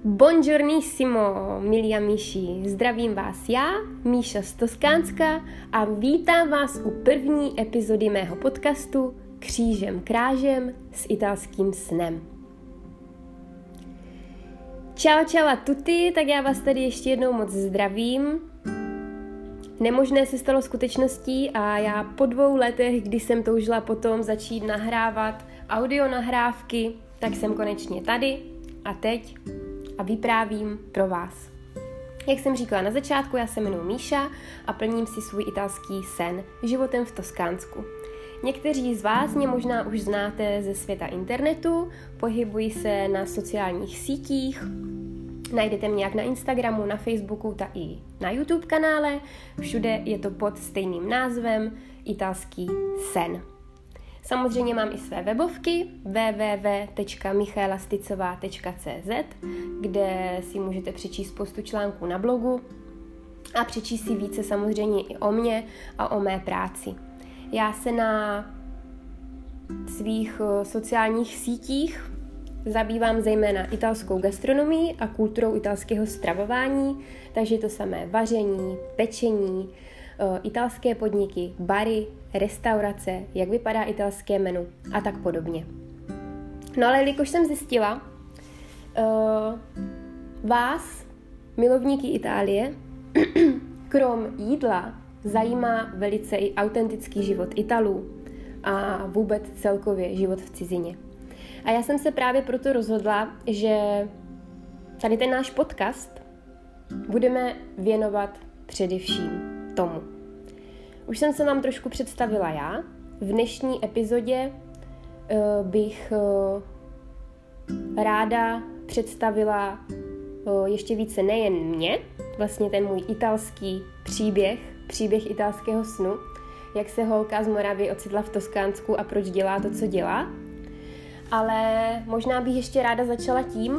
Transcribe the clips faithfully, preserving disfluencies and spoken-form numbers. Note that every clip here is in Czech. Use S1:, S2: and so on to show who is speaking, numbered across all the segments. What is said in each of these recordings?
S1: Buongiornissimo, milí amici, zdravím vás já, Míša z Toskánska a vítám vás u první epizody mého podcastu Křížem krážem s italským snem. Čau, čau a tutti, tak já vás tady ještě jednou moc zdravím. Nemožné se stalo skutečností a já po dvou letech, kdy jsem toužila potom začít nahrávat audio nahrávky, tak jsem konečně tady a teď a vyprávím pro vás. Jak jsem říkala na začátku, já se jmenuji Míša a plním si svůj italský sen životem v Toskánsku. Někteří z vás mě možná už znáte ze světa internetu, pohybuji se na sociálních sítích, najdete mě jak na Instagramu, na Facebooku, tak i na YouTube kanále, všude je to pod stejným názvem Italský sen. Samozřejmě mám i své webovky w w w tečka michaelasticová tečka c z, kde si můžete přečíst spoustu článků na blogu a přečíst si více samozřejmě i o mně a o mé práci. Já se na svých sociálních sítích zabývám zejména italskou gastronomií a kulturou italského stravování, takže to samé vaření, pečení, italské podniky, bary, restaurace, jak vypadá italské menu a tak podobně. No ale jelikož jsem zjistila, uh, vás, milovníky Itálie, krom jídla, zajímá velice i autentický život Italů a vůbec celkově život v cizině. A já jsem se právě proto rozhodla, že tady ten náš podcast budeme věnovat především tomu. Už jsem se vám trošku představila já. V dnešní epizodě uh, bych uh, ráda představila uh, ještě více nejen mě, vlastně ten můj italský příběh, příběh italského snu, jak se holka z Moravy ocitla v Toskánsku a proč dělá to, co dělá. Ale možná bych ještě ráda začala tím,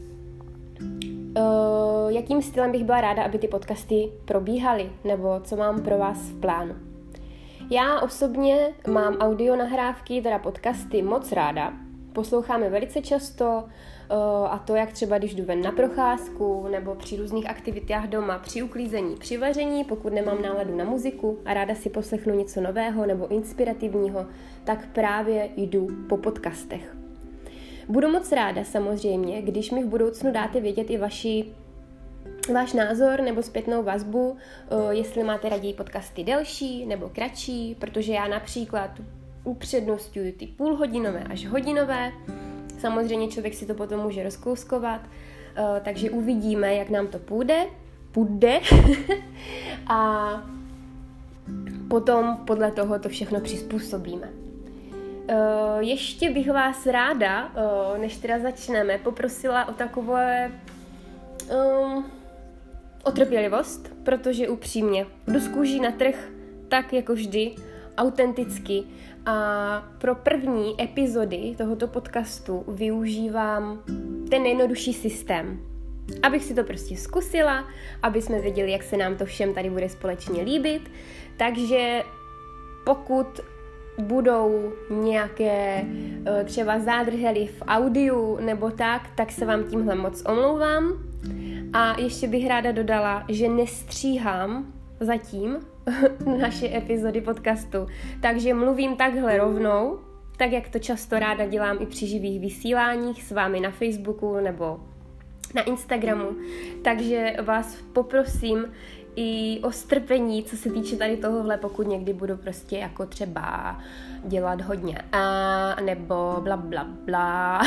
S1: Uh, jakým stylem bych byla ráda, aby ty podcasty probíhaly, nebo co mám pro vás v plánu. Já osobně mám audio nahrávky, teda podcasty moc ráda, posloucháme velice často, uh, a to jak třeba když jdu ven na procházku, nebo při různých aktivitách doma, při uklízení, při vaření, pokud nemám náladu na muziku a ráda si poslechnu něco nového nebo inspirativního, tak právě jdu po podcastech. Budu moc ráda samozřejmě, když mi v budoucnu dáte vědět i vaši, váš názor nebo zpětnou vazbu, jestli máte raději podcasty delší nebo kratší, protože já například upřednostňuji ty půlhodinové až hodinové. Samozřejmě člověk si to potom může rozkouskovat, takže uvidíme, jak nám to půjde. Půjde. A potom podle toho to všechno přizpůsobíme. Uh, ještě bych vás ráda, uh, než teda začneme, poprosila o takové um, o trpělivost, protože upřímně jdu z kůží na trh tak jako vždy, autenticky a pro první epizody tohoto podcastu využívám ten nejjednodušší systém, abych si to prostě zkusila, aby jsme věděli, jak se nám to všem tady bude společně líbit, takže pokud budou nějaké třeba zádrhely v audiu nebo tak, tak se vám tímhle moc omlouvám. A ještě bych ráda dodala, že nestříhám zatím naše epizody podcastu, takže mluvím takhle rovnou, tak jak to často ráda dělám i při živých vysíláních s vámi na Facebooku nebo na Instagramu. Takže vás poprosím i o strpení, co se týče tady tohohle, pokud někdy budu prostě jako třeba dělat hodně a nebo bla bla bla.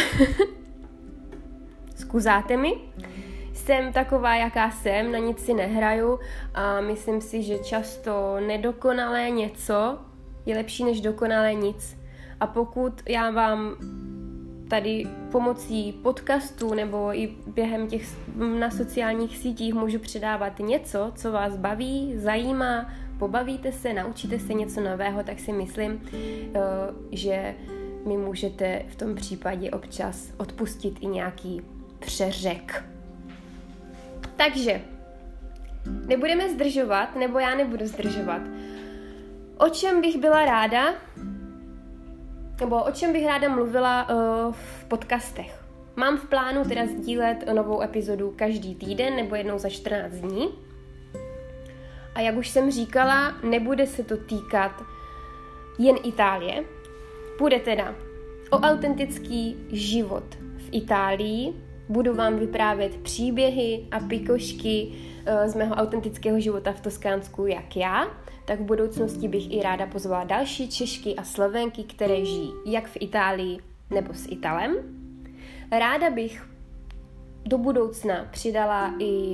S1: Zkuzáte mi? Jsem taková, jaká jsem, na nic si nehraju a myslím si, že často nedokonalé něco je lepší než dokonalé nic. A pokud já vám tady pomocí podcastů nebo i během těch na sociálních sítích můžu předávat něco, co vás baví, zajímá, pobavíte se, naučíte se něco nového, tak si myslím, že mi můžete v tom případě občas odpustit i nějaký přeřek. Takže nebudeme zdržovat, nebo já nebudu zdržovat. O čem bych byla ráda, nebo o čem bych ráda mluvila uh, v podcastech? mám v plánu teda sdílet novou epizodu každý týden nebo jednou za čtrnáct dní. A jak už jsem říkala, nebude se to týkat jen Itálie. Bude teda o autentický život v Itálii. Budu vám vyprávět příběhy a pikošky z mého autentického života v Toskánsku, jak já, tak v budoucnosti bych i ráda pozvala další Češky a Slovenky, které žijí jak v Itálii nebo s Italem. Ráda bych do budoucna přidala i,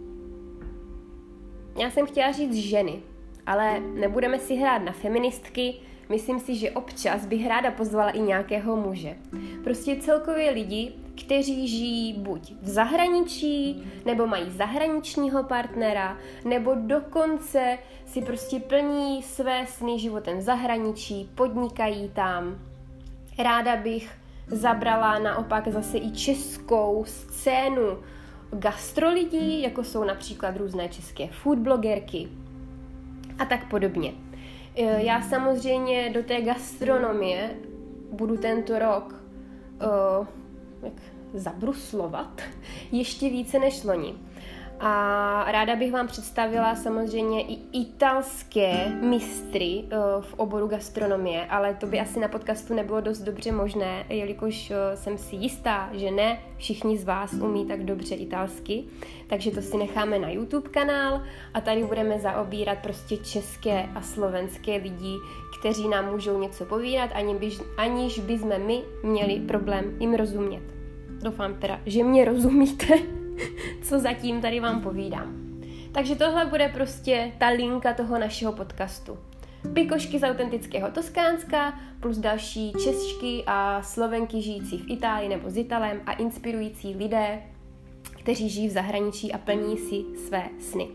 S1: já jsem chtěla říct ženy, ale nebudeme si hrát na feministky, myslím si, že občas bych ráda pozvala i nějakého muže. Prostě celkově lidi, kteří žijí buď v zahraničí, nebo mají zahraničního partnera, nebo dokonce si prostě plní své sny životem v zahraničí, podnikají tam. Ráda bych zabrala naopak zase i českou scénu gastrolidí, jako jsou například různé české foodblogerky a tak podobně. Já samozřejmě do té gastronomie budu tento rok uh, jak zabruslovat ještě více než loni. A ráda bych vám představila samozřejmě i italské mistry uh, v oboru gastronomie, ale to by asi na podcastu nebylo dost dobře možné, jelikož uh, jsem si jistá, že ne všichni z vás umí tak dobře italsky, takže to si necháme na YouTube kanál a tady budeme zaobírat prostě české a slovenské lidi, kteří nám můžou něco povídat, aniž, aniž by jsme my měli problém jim rozumět. Doufám teda, že mě rozumíte, co zatím tady vám povídám. Takže tohle bude prostě ta linka toho našeho podcastu. Pikošky z autentického Toskánska plus další Češky a Slovenky žijící v Itálii nebo s Italem a inspirující lidé, kteří žijí v zahraničí a plní si své sny.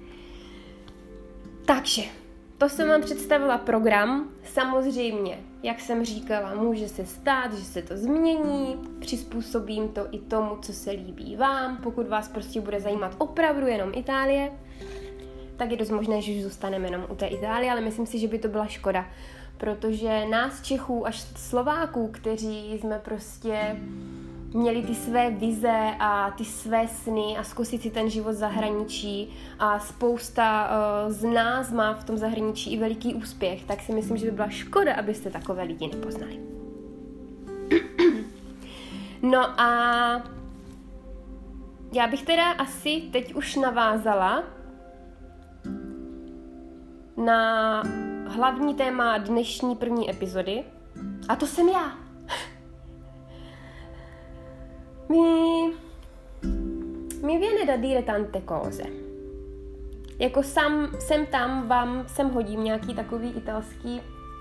S1: Takže to jsem vám představila program. Samozřejmě, jak jsem říkala, může se stát, že se to změní, přizpůsobím to i tomu, co se líbí vám. Pokud vás prostě bude zajímat opravdu jenom Itálie, tak je dost možné, že už zůstaneme jenom u té Itálie, ale myslím si, že by to byla škoda, protože nás Čechů až Slováků, kteří jsme prostě měli ty své vize a ty své sny a zkusit si ten život v zahraničí a spousta uh, z nás má v tom zahraničí i veliký úspěch, tak si myslím, že by byla škoda, abyste takové lidi nepoznali. No a já bych teda asi teď už navázala na hlavní téma dnešní první epizody a to jsem já. Mi, mi viene da dire tante cose. Jako sam, sem tam vám sem hodím nějaký takový italský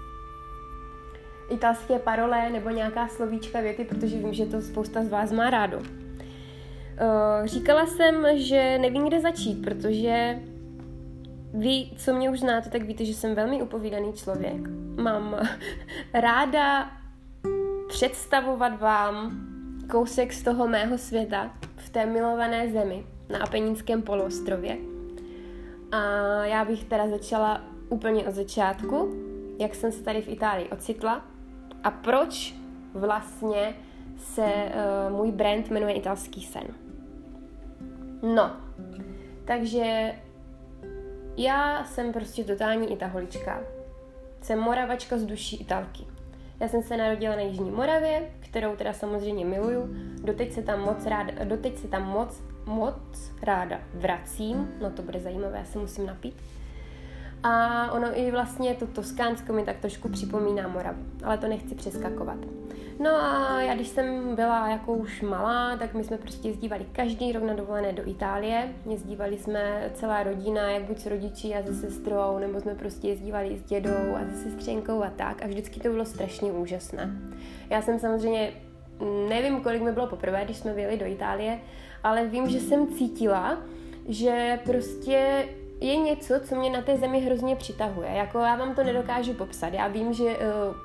S1: italské parole nebo nějaká slovíčka věty, protože vím, že to spousta z vás má rádo. Uh, říkala jsem, že nevím, kde začít, protože vy, co mě už znáte, tak víte, že jsem velmi upovídaný člověk. Mám ráda představovat vám kousek z toho mého světa v té milované zemi na Apenninském poloostrově. A já bych teda začala úplně od začátku, jak jsem se tady v Itálii ocitla a proč vlastně se uh, můj brand jmenuje Italský sen. No, takže já jsem prostě totální itaholička. Jsem Moravačka z duší Italky. Já jsem se narodila na Jižní Moravě, kterou teda samozřejmě miluju. Doteď se tam moc ráda, doteď se tam moc, moc ráda vracím. No to bude zajímavé, já se musím napít. A ono i vlastně to Toskánsko mi tak trošku připomíná Moravu, ale to nechci přeskakovat. No a já když jsem byla jako už malá, tak my jsme prostě jezdívali každý rok na dovolené do Itálie. Jezdívali jsme celá rodina, jak buď s rodiči a se sestrou, nebo jsme prostě jezdívali s dědou a se sestřenkou a tak. A vždycky to bylo strašně úžasné. Já jsem samozřejmě, nevím, kolik mi bylo poprvé, když jsme vyjeli do Itálie, ale vím, že jsem cítila, že prostě je něco, co mě na té zemi hrozně přitahuje. Jako já vám to nedokážu popsat. Já vím, že uh,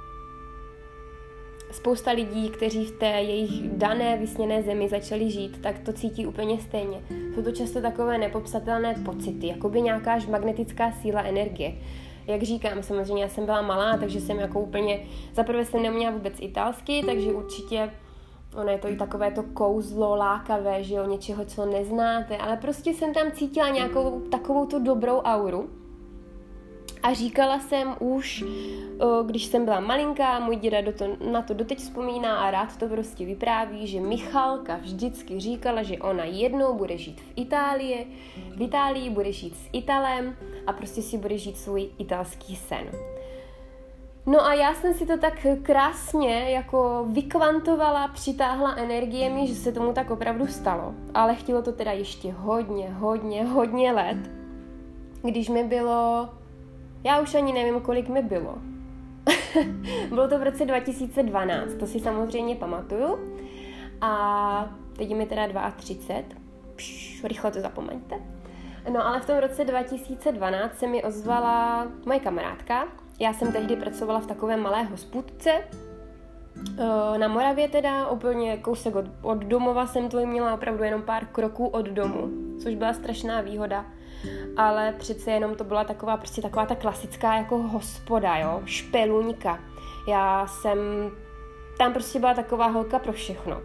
S1: spousta lidí, kteří v té jejich dané vysněné zemi začali žít, tak to cítí úplně stejně. Jsou to často takové nepopsatelné pocity, jakoby nějaká magnetická síla energie. Jak říkám, samozřejmě já jsem byla malá, takže jsem jako úplně, zaprvé jsem neměla vůbec italsky, takže určitě ono je to i takové to kouzlo lákavé, že jo, něčeho, co neznáte, ale prostě jsem tam cítila nějakou takovou tu dobrou auru. A říkala jsem už, když jsem byla malinká, můj děda do to, na to doteď vzpomíná a rád to prostě vypráví, že Michalka vždycky říkala, že ona jednou bude žít v Itálii, v Itálii bude žít s Italem a prostě si bude žít svůj italský sen. No a já jsem si to tak krásně jako vykvantovala, přitáhla energiemi, že se tomu tak opravdu stalo. Ale chtělo to teda ještě hodně, hodně, hodně let, když mi bylo... Já už ani nevím, kolik mi bylo. Bylo to v roce dva tisíce dvanáct, to si samozřejmě pamatuju. A teď mi teda třicet dva. Pš, rychle to zapomeňte. No ale v tom roce dva tisíce dvanáct se mi ozvala moje kamarádka. Já jsem tehdy pracovala v takové malé hospůdce. Na Moravě teda, úplně kousek od, od domova jsem to měla opravdu jenom pár kroků od domu, což byla strašná výhoda. Ale přece jenom to byla taková, prostě taková ta klasická jako hospoda, jo, špeluňka. Já jsem, tam prostě byla taková holka pro všechno.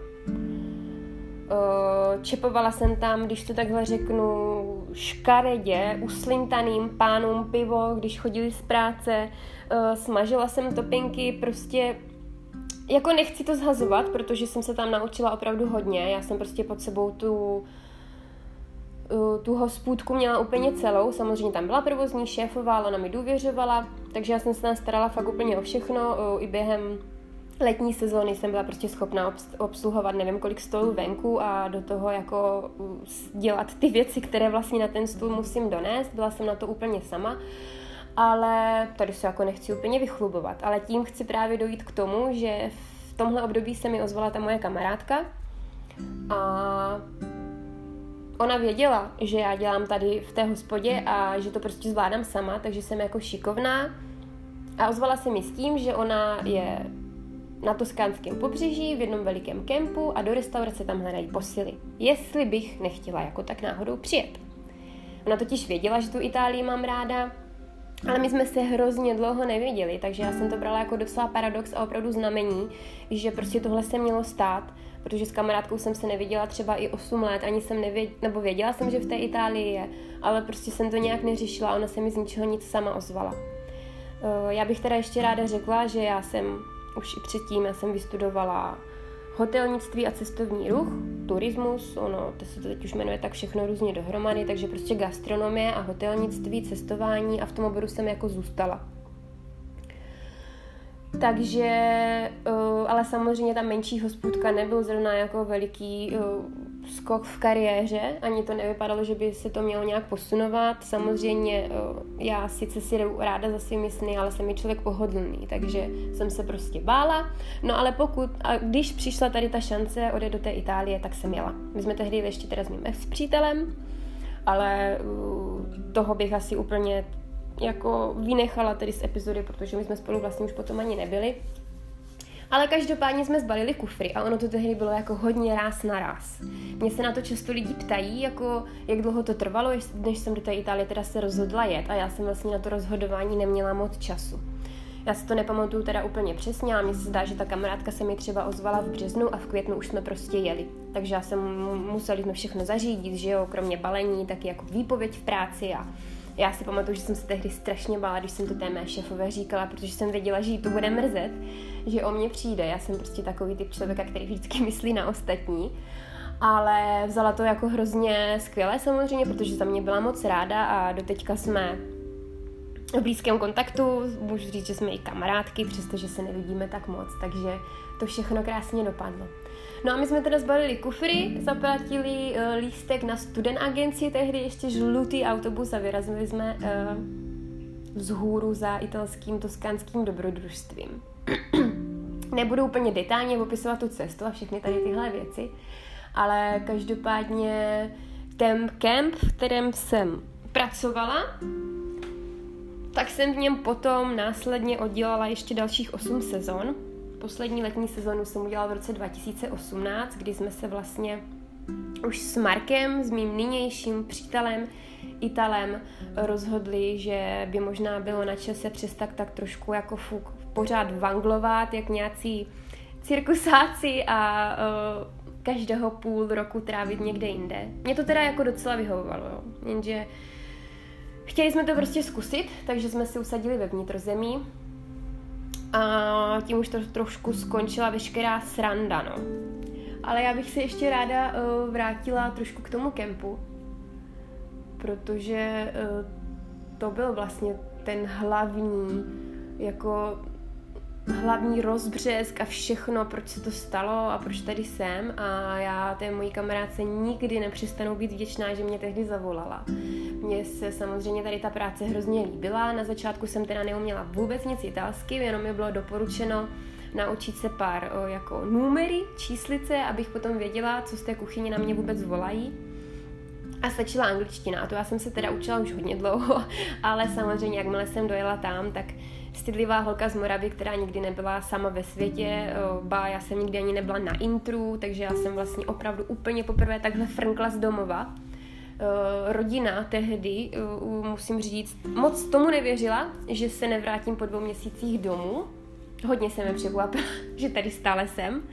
S1: Čepovala jsem tam, když to takhle řeknu, škaredě, uslintaným pánům pivo, když chodili z práce, smažila jsem topinky, prostě jako nechci to zhazovat, protože jsem se tam naučila opravdu hodně. Já jsem prostě pod sebou tu tu hospůdku měla úplně celou, samozřejmě tam byla provozní šéfová, ale ona mi důvěřovala, takže já jsem se tam starala fakt úplně o všechno, i během letní sezóny jsem byla prostě schopná obsluhovat nevím kolik stolů venku a do toho jako dělat ty věci, které vlastně na ten stůl musím donést, byla jsem na to úplně sama, ale tady se jako nechci úplně vychlubovat, ale tím chci právě dojít k tomu, že v tomhle období se mi ozvala ta moje kamarádka a ona věděla, že já dělám tady v té hospodě a že to prostě zvládám sama, takže jsem jako šikovná. A ozvala se mi s tím, že ona je na toskánském pobřeží v jednom velikém kempu a do restaurace tam hledají posily. Jestli bych nechtěla jako tak náhodou přijet. Ona totiž věděla, že tu Itálii mám ráda, ale my jsme se hrozně dlouho nevěděli, takže já jsem to brala jako docela paradox a opravdu znamení, že prostě tohle se mělo stát, protože s kamarádkou jsem se neviděla třeba i osm let, ani jsem nevěděla, nebo věděla jsem, že v té Itálii je, ale prostě jsem to nějak neřešila, ona se mi z ničeho nic sama ozvala. Já bych teda ještě ráda řekla, že já jsem už i předtím, já jsem vystudovala hotelnictví a cestovní ruch, turismus, ono, to se to teď už jmenuje tak všechno různě dohromady, takže prostě gastronomie a hotelnictví, cestování a v tom oboru jsem jako zůstala. Takže, ale samozřejmě ta menší hospůdka nebyl zrovna jako veliký skok v kariéře, ani to nevypadalo, že by se to mělo nějak posunovat. Samozřejmě já sice si jdu ráda za svými sny, ale jsem i člověk pohodlný, takže jsem se prostě bála. No ale pokud, a když přišla tady ta šance odjet do té Itálie, tak jsem jela. My jsme tehdy ještě teda s mým ex-přítelem, ale toho bych asi úplně jako vynechala tedy z epizody, protože my jsme spolu vlastně už potom ani nebyli. Ale každopádně jsme zbalili kufry a ono to tehdy bylo jako hodně ráz na ráz. Mně se na to často lidi ptají, jako jak dlouho to trvalo, než jsem do té Itálie teda se rozhodla jet a já jsem vlastně na to rozhodování neměla moc času. Já si to nepamatuju teda úplně přesně, ale mně se zdá, že ta kamarádka se mi třeba ozvala v březnu a v květnu už jsme prostě jeli. Takže já jsem museli jsme všechno zařídit, že jo, kromě balení, taky jako výpověď v práci a já si pamatuju, že jsem se tehdy strašně bála, když jsem to té mé šéfové říkala, protože jsem věděla, že jí to bude mrzet, že o mě přijde. Já jsem prostě takový typ člověka, který vždycky myslí na ostatní, ale vzala to jako hrozně skvěle samozřejmě, protože za mě byla moc ráda a doteďka jsme v blízkém kontaktu, můžu říct, že jsme i kamarádky, přestože se nevidíme tak moc, takže to všechno krásně dopadlo. No a my jsme teda zbalili kufry, zaplatili uh, lístek na student agenci, tehdy ještě žlutý autobus a vyrazili jsme uh, vzhůru za italským toskánským dobrodružstvím. Nebudu úplně detailně popisovat tu cestu a všechny tady tyhle věci, ale každopádně ten kemp, v kterém jsem pracovala, tak jsem v něm potom následně oddělala ještě dalších osm sezon. Poslední letní sezonu jsem udělala v roce dva tisíce osmnáct, kdy jsme se vlastně už s Markem, s mým nynějším přítelem, Italem, rozhodli, že by možná bylo na čase přestat tak trošku jako fuk, pořád vanglovat, jak nějací cirkusáci a uh, každého půl roku trávit někde jinde. Mě to teda jako docela vyhovovalo, jo. Jenže chtěli jsme to prostě zkusit, takže jsme si usadili ve vnitrozemí a tím už to trošku skončila veškerá sranda, no. Ale já bych se ještě ráda uh, vrátila trošku k tomu kempu, protože uh, to byl vlastně ten hlavní, jako hlavní rozbřesk a všechno, proč se to stalo a proč tady jsem, a já té mojí kamarádce nikdy nepřestanu být vděčná, že mě tehdy zavolala. Mně se samozřejmě tady ta práce hrozně líbila, na začátku jsem teda neuměla vůbec nic italsky, jenom mi bylo doporučeno naučit se pár o, jako numery, číslice, abych potom věděla, co z té kuchyně na mě vůbec volají. A stačila angličtina, a to já jsem se teda učila už hodně dlouho, ale samozřejmě, jakmile jsem dojela tam, tak stydlivá holka z Moravy, která nikdy nebyla sama ve světě, ba já jsem nikdy ani nebyla na intru, takže já jsem vlastně opravdu úplně poprvé takhle frnkla z domova. Rodina tehdy, musím říct, moc tomu nevěřila, že se nevrátím po dvou měsících domů. Hodně se mi překvapila, že tady stále jsem.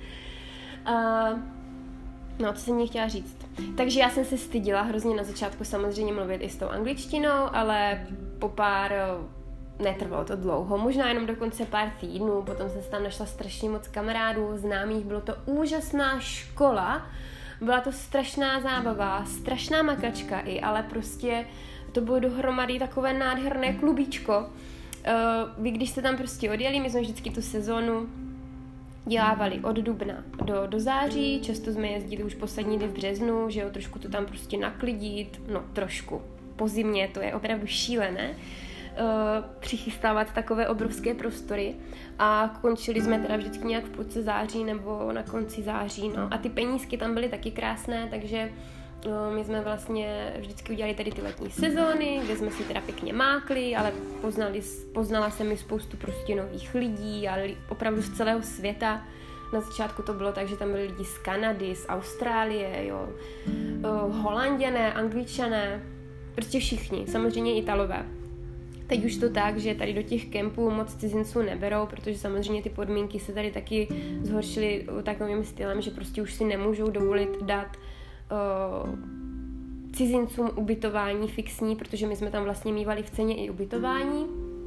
S1: No, co jsem mě chtěla říct. Takže já jsem se stydila hrozně na začátku samozřejmě mluvit i s tou angličtinou, ale po pár, netrvalo to dlouho, možná jenom dokonce pár týdnů, potom jsem se tam našla strašně moc kamarádů, známých, bylo to úžasná škola, byla to strašná zábava, strašná makačka i, ale prostě to bylo dohromady takové nádherné klubíčko. Vy, když jste tam prostě odjeli, my jsme vždycky tu sezónu dělávali od dubna do, do září, často jsme jezdili už poslední den v březnu, že jo, trošku to tam prostě naklidit, no trošku, po zimě to je opravdu šílené, uh, přichystávat takové obrovské prostory a končili jsme teda vždycky nějak v půlce září nebo na konci září, no a ty penízky tam byly taky krásné, takže uh, my jsme vlastně vždycky udělali tady ty letní sezóny, kde jsme si teda pěkně mákli, ale poznali, poznala jsem mi spoustu prostě nových lidí a li, opravdu z celého světa. Na začátku to bylo tak, že tam byli lidi z Kanady, z Austrálie, jo, uh, Holanděné, Angličané, prostě všichni, samozřejmě Italové. Teď už to tak, že tady do těch kempů moc cizinců neberou, protože samozřejmě ty podmínky se tady taky zhoršily takovým stylem, že prostě už si nemůžou dovolit dát uh, cizincům ubytování fixní, protože my jsme tam vlastně mívali v ceně i ubytování.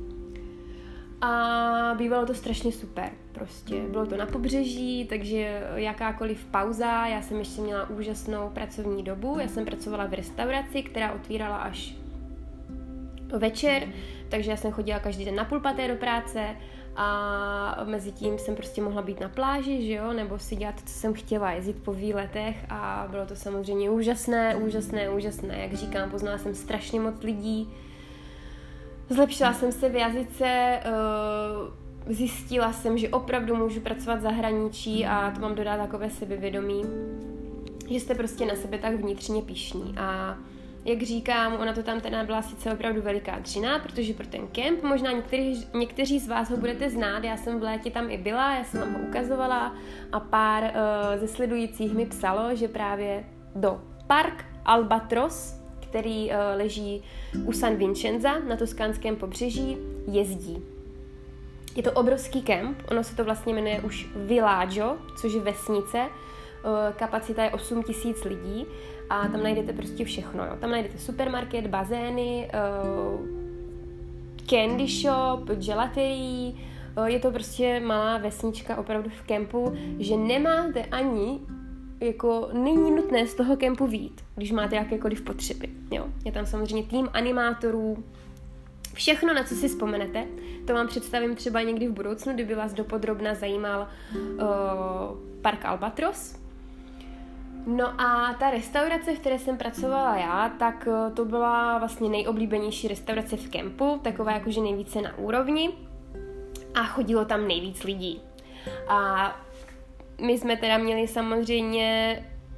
S1: A bývalo to strašně super, prostě. Bylo to na pobřeží, takže jakákoliv pauza, já jsem ještě měla úžasnou pracovní dobu, já jsem pracovala v restauraci, která otvírala až večer, takže já jsem chodila každý den na půl páté do práce a mezi tím jsem prostě mohla být na pláži, že jo, nebo si dělat, co jsem chtěla, jezdit po výletech a bylo to samozřejmě úžasné, úžasné, úžasné, jak říkám, poznala jsem strašně moc lidí, zlepšila jsem se v jazyce, zjistila jsem, že opravdu můžu pracovat v zahraničí a to mám dodat takové sebevědomí, že jste prostě na sebe tak vnitřně pyšní. A jak říkám, ona to tam teda byla sice opravdu veliká dřina, protože pro ten kemp, možná někteří, někteří z vás ho budete znát, já jsem v létě tam i byla, já jsem vám ho ukazovala a pár uh, ze sledujících mi psalo, že právě do Park Albatros, který uh, leží u San Vincenza na toskánském pobřeží, jezdí. Je to obrovský kemp, ono se to vlastně jmenuje už Villaggio, což je vesnice, uh, kapacita je osm tisíc lidí a tam najdete prostě všechno. Jo. Tam najdete supermarket, bazény, uh, candy shop, gelaterii, uh, je to prostě malá vesnička opravdu v kempu, že nemáte ani jako není nutné z toho kempu vyjít, když máte jakékoliv potřeby. Jo. Je tam samozřejmě tým animátorů, všechno, na co si vzpomenete, to vám představím třeba někdy v budoucnu, kdyby vás dopodrobna zajímal uh, Park Albatros. No a ta restaurace, v které jsem pracovala já, tak uh, to byla vlastně nejoblíbenější restaurace v kempu, taková jakože nejvíce na úrovni a chodilo tam nejvíc lidí. A my jsme teda měli samozřejmě,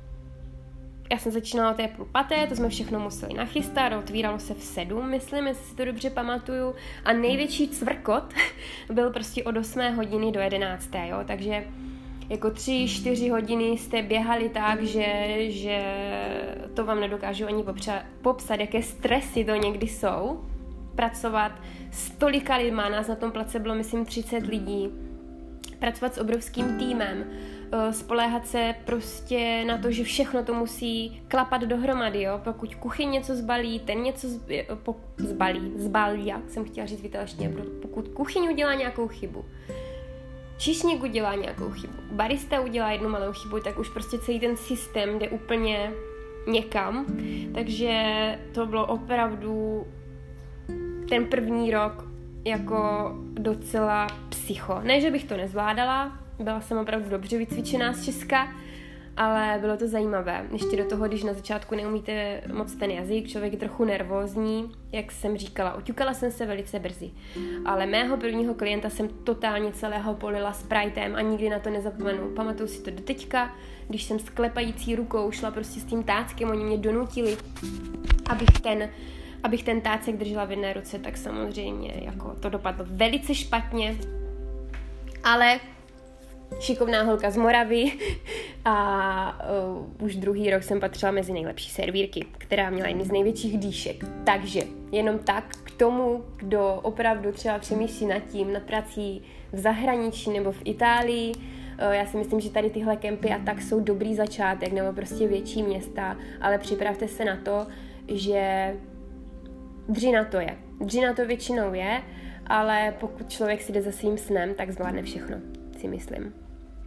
S1: já jsem začínala o té půl paté, to jsme všechno museli nachystat, otvíralo se v sedm, myslím, jestli si to dobře pamatuju, a největší cvrkot byl prostě od osmé hodiny do jedenácté, jo, takže jako tři, čtyři hodiny jste běhali tak, že, že to vám nedokážu ani popřa- popsat, jaké stresy to někdy jsou, pracovat s tolika lidma, nás na tom place bylo myslím třicet lidí, pracovat s obrovským týmem, spoléhat se prostě na to, že všechno to musí klapat dohromady, jo? Pokud kuchyň něco zbalí, ten něco zbalí, zbalí, jak jsem chtěla říct v italštině, pokud kuchyň udělá nějakou chybu, číšník udělá nějakou chybu, barista udělá jednu malou chybu, tak už prostě celý ten systém jde úplně někam, takže to bylo opravdu ten první rok jako docela psycho. Ne, že bych to nezvládala, byla jsem opravdu dobře vycvičená z Česka, ale bylo to zajímavé. Ještě do toho, když na začátku neumíte moc ten jazyk, člověk je trochu nervózní, jak jsem říkala, oťukala jsem se velice brzy. Ale mého prvního klienta jsem totálně celého polila Spritem a nikdy na to nezapomenu. Pamatuju si to do teďka, když jsem s klepající rukou šla prostě s tím táckem, oni mě donutili, abych ten, abych ten tácek držela v jedné ruce, tak samozřejmě jako to dopadlo velice špatně, ale šikovná holka z Moravy a uh, už druhý rok jsem patřila mezi nejlepší servírky, která měla jedny z největších dýšek. Takže jenom tak k tomu, kdo opravdu třeba přemýšlí nad tím, nad prací v zahraničí nebo v Itálii, uh, já si myslím, že tady tyhle kempy a tak jsou dobrý začátek, nebo prostě větší města, ale připravte se na to, že dřina to je. Dřina to většinou je, ale pokud člověk si jde za svým snem, tak zvládne všechno, si myslím.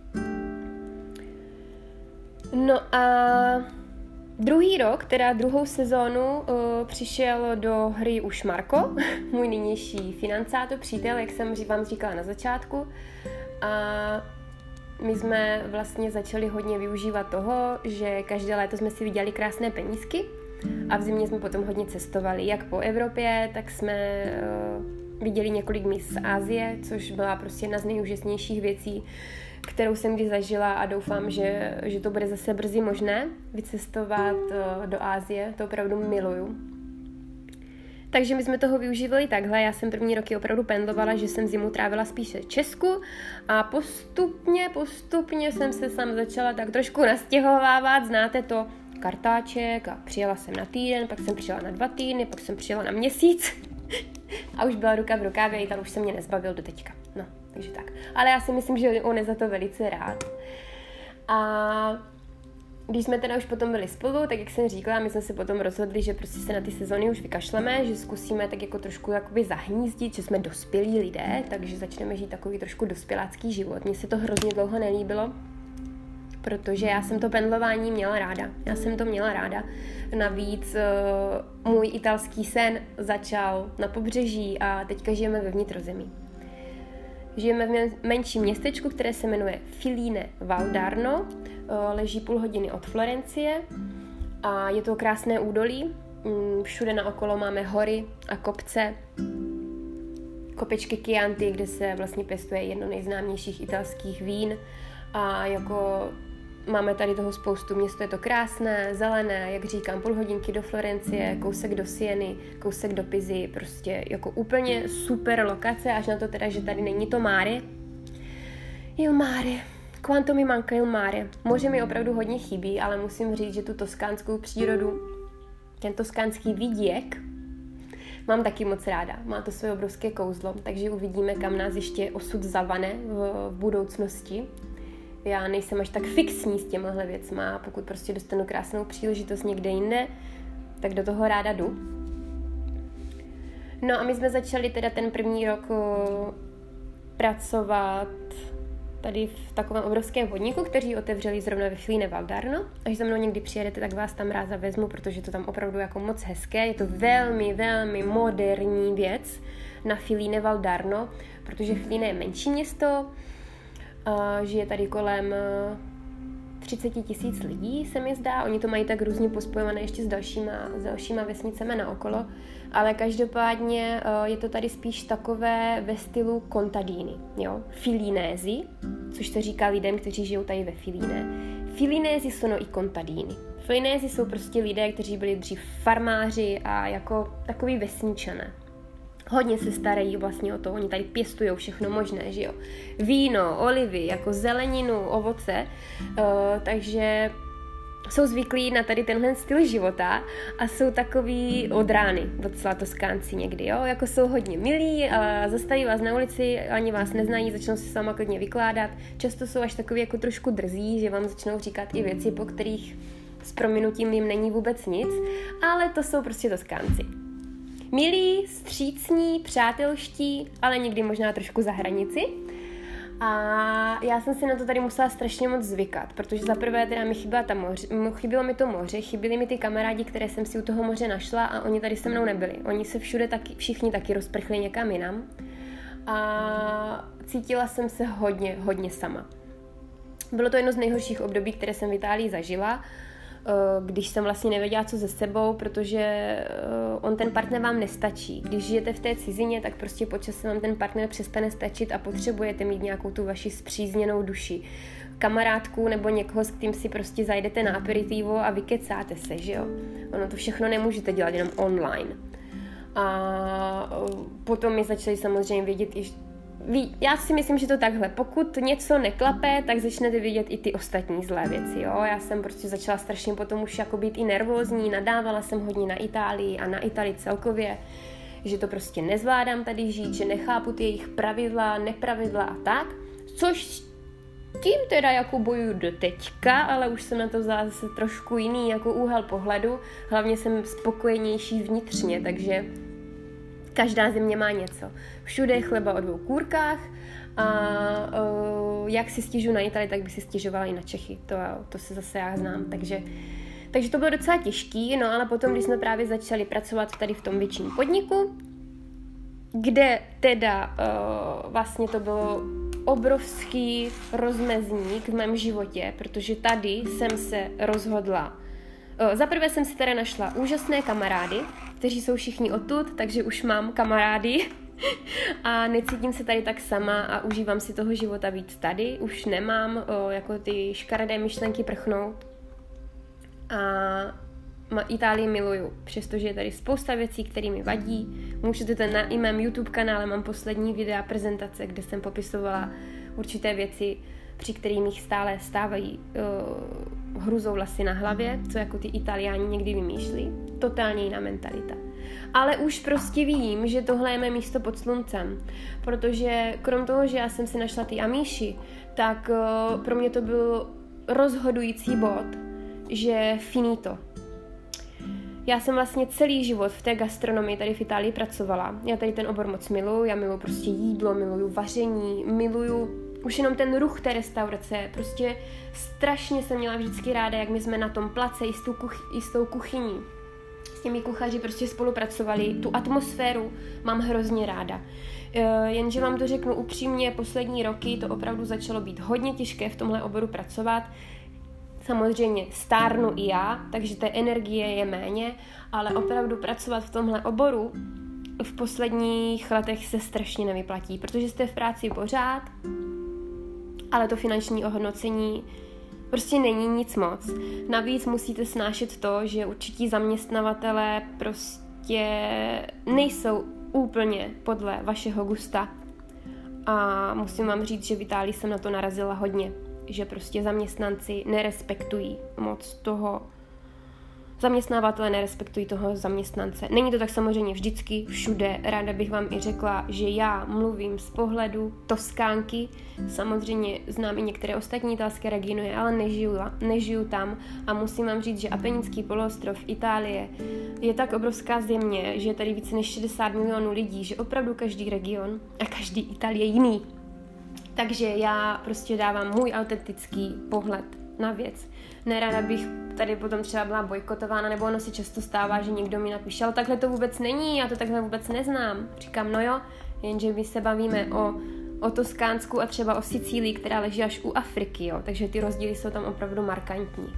S1: No a druhý rok, teda druhou sezónu, uh, přišel do hry už Marko, můj nynější financátor, přítel, jak jsem vám říkala na začátku. A my jsme vlastně začali hodně využívat toho, že každé léto jsme si vydělali krásné penízky a v zimě jsme potom hodně cestovali, jak po Evropě, tak jsme uh, viděli několik míst z Asie, což byla prostě jedna z nejúžasnějších věcí, kterou jsem kdy zažila a doufám, že, že to bude zase brzy možné vycestovat uh, do Asie, to opravdu miluju. Takže my jsme toho využívali takhle, já jsem první roky opravdu pendlovala, že jsem zimu trávila spíše v Česku a postupně, postupně jsem se sam začala tak trošku nastěhovávat, znáte to, kartáček a přijela jsem na týden, pak jsem přijela na dva týdny, pak jsem přijela na měsíc a už byla ruka v rukávě, Ital už se mě nezbavil do teďka, no, takže tak. Ale já si myslím, že on je za to velice rád. A když jsme teda už potom byli spolu, tak jak jsem říkala, my jsme se potom rozhodli, že prostě se na ty sezony už vykašleme, že zkusíme tak jako trošku jakoby zahnízdit, že jsme dospělí lidé, takže začneme žít takový trošku dospělácký život. Mně se to hrozně dlouho nelíbilo, protože já jsem to pendlování měla ráda. Já jsem to měla ráda. Navíc uh, můj italský sen začal na pobřeží a teďka žijeme ve vnitrozemí. Žijeme v menším městečku, které se jmenuje Filine Valdarno, leží půl hodiny od Florencie a je to krásné údolí. Všude naokolo máme hory a kopce, kopečky Chianti, kde se vlastně pěstuje jedno nejznámějších italských vín a jako máme tady toho spoustu, město je to krásné, zelené, jak říkám, půl hodinky do Florencie, kousek do Sieny, kousek do Pizy, prostě jako úplně super lokace, až na to teda, že tady není to mare. Il mare, quanto mi manca il mare. Moře mi opravdu hodně chybí, ale musím říct, že tu toskánskou přírodu, ten toskánský vidík, mám taky moc ráda. Má to své obrovské kouzlo, takže uvidíme, kam nás ještě osud zavane v, v budoucnosti. Já nejsem až tak fixní s těmahle věcma, pokud prostě dostanu krásnou příležitost někde jinde, tak do toho ráda jdu. No a my jsme začali teda ten první rok pracovat tady v takovém obrovském podniku, kteří otevřeli zrovna ve Filine Valdarno. Až za mnou někdy přijedete, tak vás tam ráda vezmu, protože to tam opravdu jako moc hezké. Je to velmi, velmi moderní věc na Filine Valdarno, protože Filine je menší město, žije tady kolem třicet tisíc lidí, se mi zdá. Oni to mají tak různě pospojované ještě s dalšíma, s dalšíma vesnicemi naokolo, ale každopádně je to tady spíš takové ve stylu contadini, jo? Filinézi, což se říká lidem, kteří žijou tady ve Filine. Filinézi sono i contadini. Filinézi jsou prostě lidé, kteří byli dřív farmáři a jako takový vesničané. Hodně se starají vlastně o to, oni tady pěstují všechno možné, že jo. Víno, olivy, jako zeleninu, ovoce, uh, takže jsou zvyklí na tady tenhle styl života a jsou takový od rány, docela Toskánci někdy, jo, jako jsou hodně milí a zastaví vás na ulici, ani vás neznají, začnou si s váma klidně vykládat, často jsou až takový jako trošku drzí, že vám začnou říkat i věci, po kterých s prominutím jim není vůbec nic, ale to jsou prostě Toskánci. Milí, střícní, přátelští, ale někdy možná trošku za hranici. A já jsem si na to tady musela strašně moc zvykat, protože za prvé teda mi chyběla ta moře, chybilo mi to moře, chyběli mi ty kamarádi, které jsem si u toho moře našla a oni tady se mnou nebyli. Oni se všude taky, všichni taky rozprchli někam jinam a cítila jsem se hodně, hodně sama. Bylo to jedno z nejhorších období, které jsem v Itálii zažila, když jsem vlastně nevěděla, co se sebou, protože on ten partner vám nestačí. Když žijete v té cizině, tak prostě počasem vám ten partner přestane stačit a potřebujete mít nějakou tu vaši spřízněnou duši. Kamarádku nebo někoho, s kterým si prostě zajdete na aperitivo a vykecáte se, že jo? Ono to všechno nemůžete dělat jenom online. A potom mi začali samozřejmě vědět i Ví, já si myslím, že to takhle. Pokud něco neklape, tak začnete vidět i ty ostatní zlé věci, jo. Já jsem prostě začala strašně potom už jako být i nervózní, nadávala jsem hodně na Itálii a na Itálii celkově, že to prostě nezvládám tady žít, že nechápu ty jejich pravidla, nepravidla a tak, což s tím teda jako bojuju do teďka, ale už jsem na to vzala zase trošku jiný jako úhel pohledu, hlavně jsem spokojenější vnitřně, takže každá země má něco. Všude je chleba o dvou kůrkách a uh, jak si stěžuju na Itálii, tak by si stěžovala i na Čechy. To, to se zase já znám. Takže, takže to bylo docela těžký, no ale potom, když jsme právě začali pracovat tady v tom větším podniku, kde teda uh, vlastně to bylo obrovský rozmezník v mém životě, protože tady jsem se rozhodla. Uh, zaprvé jsem si teda našla úžasné kamarády, kteří jsou všichni odtud, takže už mám kamarády a necítím se tady tak sama a užívám si toho života víc tady. Už nemám o, jako ty škaredé myšlenky prchnout a Itálii miluju, přestože je tady spousta věcí, které mi vadí. Můžete to na i mém YouTube kanále, mám poslední videa prezentace, kde jsem popisovala určité věci, při kterých mi stále stávají uh, hruzou vlasy na hlavě, co jako ty Italiáni někdy vymýšlí. Totálně jiná mentalita. Ale už prostě vím, že tohle je mé místo pod sluncem, protože krom toho, že já jsem si našla ty Amíši, tak uh, pro mě to byl rozhodující bod, že finito. Já jsem vlastně celý život v té gastronomii tady v Itálii pracovala. Já tady ten obor moc miluju, já miluju prostě jídlo, miluju vaření, miluju už jenom ten ruch té restaurace, prostě strašně jsem měla vždycky ráda, jak my jsme na tom place i s tou, kuchy, i s tou kuchyní. S těmi kuchaři prostě spolupracovali, tu atmosféru mám hrozně ráda. E, jenže vám to řeknu upřímně, poslední roky to opravdu začalo být hodně těžké v tomhle oboru pracovat. Samozřejmě stárnu i já, takže té energie je méně, ale opravdu pracovat v tomhle oboru v posledních letech se strašně nevyplatí, protože jste v práci pořád, ale to finanční ohodnocení prostě není nic moc. Navíc musíte snášet to, že určití zaměstnavatelé prostě nejsou úplně podle vašeho gusta. A musím vám říct, že v Itálii jsem na to narazila hodně, že prostě zaměstnanci nerespektují moc toho, zaměstnavatelé nerespektují toho zaměstnance. Není to tak samozřejmě vždycky, všude. Ráda bych vám i řekla, že já mluvím z pohledu Toskánky. Samozřejmě znám i některé ostatní italské regiony, ale nežiju, nežiju tam a musím vám říct, že Apenický poloostrov Itálie je tak obrovská země, že je tady více než šedesát milionů lidí, že opravdu každý region a každý Itálie je jiný. Takže já prostě dávám můj autentický pohled na věc. Nerada bych tady potom třeba byla bojkotována, nebo ono se často stává, že někdo mi napíše, ale takhle to vůbec není, já to takhle vůbec neznám. Říkám, no jo, jenže my se bavíme o, o Toskánsku a třeba o Sicílii, která leží až u Afriky, jo, takže ty rozdíly jsou tam opravdu markantní.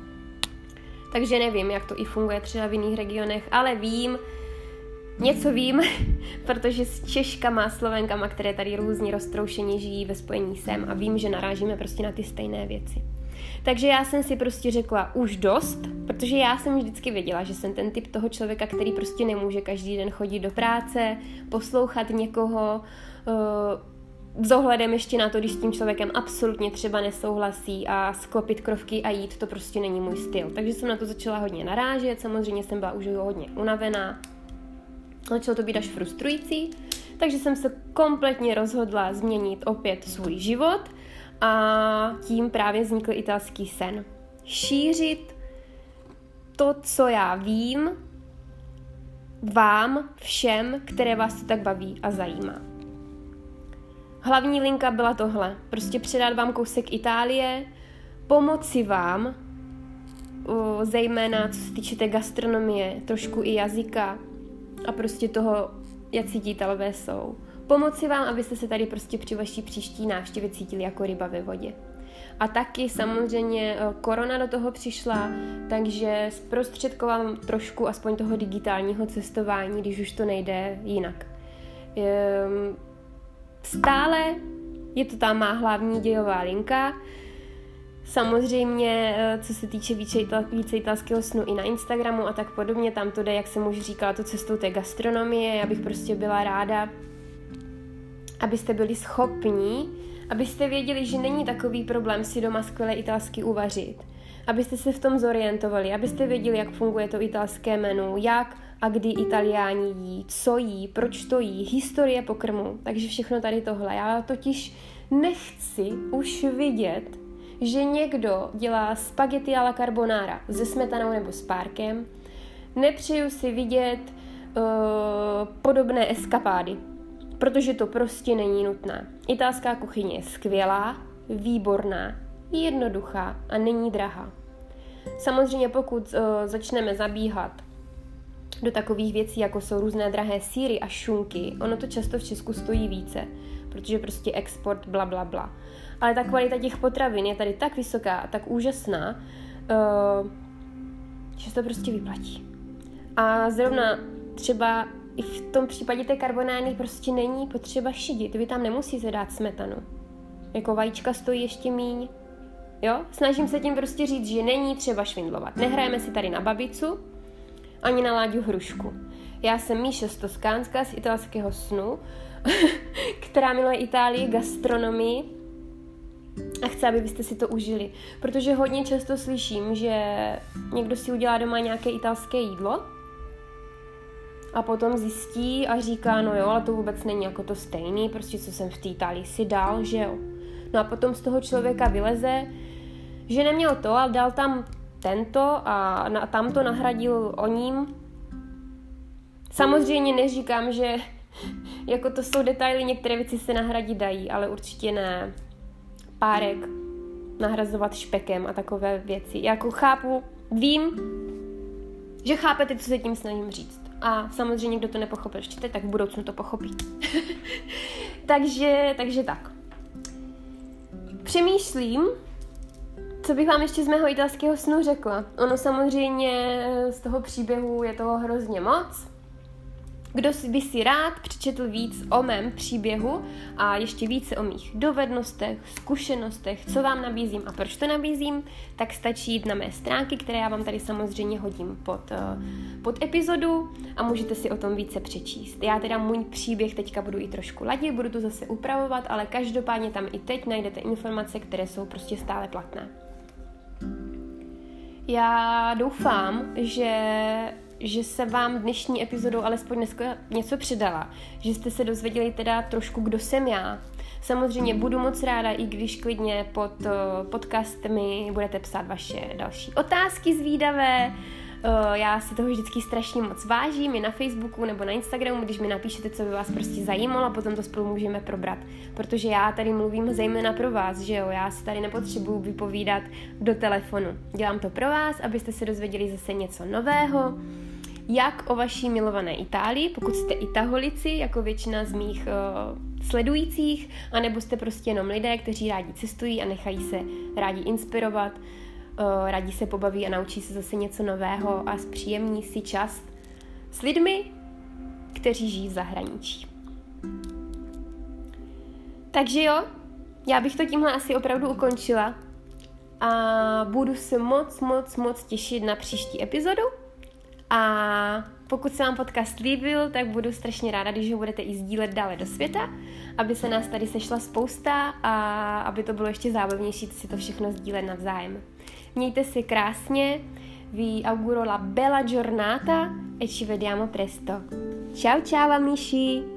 S1: Takže nevím, jak to i funguje třeba v jiných regionech, ale vím, něco vím, protože s Češkama a Slovenkama, které tady různě roztroušeně žijí ve spojení sem a vím, že narážíme prostě na ty stejné věci. Takže já jsem si prostě řekla už dost, protože já jsem vždycky věděla, že jsem ten typ toho člověka, který prostě nemůže každý den chodit do práce, poslouchat někoho, s ohledem ještě na to, když s tím člověkem absolutně třeba nesouhlasí a sklopit krovky a jít, to prostě není můj styl. Takže jsem na to začala hodně narážet, samozřejmě jsem byla už hodně unavená. Začalo to být až frustrující, takže jsem se kompletně rozhodla změnit opět svůj život a tím právě vznikl italský sen. Šířit to, co já vím, vám všem, které vás to tak baví a zajímá. Hlavní linka byla tohle. Prostě předat vám kousek Itálie, pomoci vám, zejména co se týče té gastronomie, trošku i jazyka a prostě toho, jak si ti Italové jsou. Pomoci vám, abyste se tady prostě při vaší příští návštěvě cítili jako ryba ve vodě. A taky samozřejmě korona do toho přišla, takže zprostředkovám trošku aspoň toho digitálního cestování, když už to nejde jinak. Stále je to ta má hlavní dějová linka. Samozřejmě, co se týče více, více italského snu i na Instagramu a tak podobně, tam to jde, jak jsem už říkala, to cestou té gastronomie. Já bych prostě byla ráda, abyste byli schopní, abyste věděli, že není takový problém si doma skvěle italsky uvařit. Abyste se v tom zorientovali, abyste věděli, jak funguje to italské menu, jak a kdy Italiáni jí, co jí, proč to jí, historie pokrmu, takže všechno tady tohle. Já totiž nechci už vidět, že někdo dělá spaghetti alla carbonara se smetanou nebo s párkem. Nepřeju si vidět uh, podobné eskapády, protože to prostě není nutné. Italská kuchyně je skvělá, výborná, jednoduchá a není drahá. Samozřejmě pokud uh, začneme zabíhat do takových věcí, jako jsou různé drahé sýry a šunky, ono to často v Česku stojí více, protože prostě export bla bla bla. Ale ta kvalita těch potravin je tady tak vysoká a tak úžasná, uh, že se to prostě vyplatí. A zrovna třeba i v tom případě té karbonány prostě není potřeba šidit, vy tam nemusíte dát smetanu. Jako vajíčka stojí ještě míň. Jo? Snažím se tím prostě říct, že není třeba švindlovat. Nehrajeme si tady na babicu, ani na Láďu Hrušku. Já jsem Míša z Toskánska, z italského snu, která miluje Itálii, gastronomii a chci, aby byste si to užili. Protože hodně často slyším, že někdo si udělá doma nějaké italské jídlo a potom zjistí a říká, no jo, ale to vůbec není jako to stejný, prostě co jsem v té Itálii si dal, že jo. No a potom z toho člověka vyleze, že neměl to, ale dal tam tento a na, tam to nahradil o ním. Samozřejmě neříkám, že jako to jsou detaily, některé věci se nahradit dají, ale určitě ne párek nahrazovat špekem a takové věci. Já jako chápu, vím, že chápete, co se tím snažím říct. A samozřejmě, kdo to nepochopil ještě teď, tak v budoucnu to pochopí. takže, takže tak. Přemýšlím, co bych vám ještě z mého italského snu řekla. Ono samozřejmě z toho příběhu je toho hrozně moc. Kdo by si rád přečetl víc o mém příběhu a ještě více o mých dovednostech, zkušenostech, co vám nabízím a proč to nabízím, tak stačí jít na mé stránky, které já vám tady samozřejmě hodím pod, pod epizodu a můžete si o tom více přečíst. Já teda můj příběh teďka budu i trošku ladit, budu to zase upravovat, ale každopádně tam i teď najdete informace, které jsou prostě stále platné. Já doufám, že že se vám dnešní epizodou alespoň dneska něco přidala, že jste se dozvěděli teda trošku, kdo jsem já. Samozřejmě budu moc ráda, i když klidně pod podcast mi budete psát vaše další otázky zvídavé. Já si toho vždycky strašně moc vážím, i na Facebooku nebo na Instagramu, když mi napíšete, co by vás prostě zajímalo a potom to spolu můžeme probrat. Protože já tady mluvím zejména pro vás, že jo, já si tady nepotřebuju vypovídat do telefonu. Dělám to pro vás, abyste se dozvěděli zase něco nového, jak o vaší milované Itálii, pokud jste Itaholici, jako většina z mých uh, sledujících, anebo jste prostě jenom lidé, kteří rádi cestují a nechají se rádi inspirovat, uh, rádi se pobaví a naučí se zase něco nového a zpříjemní si čas s lidmi, kteří žijí v zahraničí. Takže jo, já bych to tímhle asi opravdu ukončila a budu se moc, moc, moc těšit na příští epizodu A pokud se vám podcast líbil, tak budu strašně ráda, když ho budete i sdílet dále do světa, aby se nás tady sešla spousta a aby to bylo ještě zábavnější si to všechno sdílet navzájem. Mějte si krásně, vi auguro la bella giornata e ci vediamo presto. Ciao ciao amici!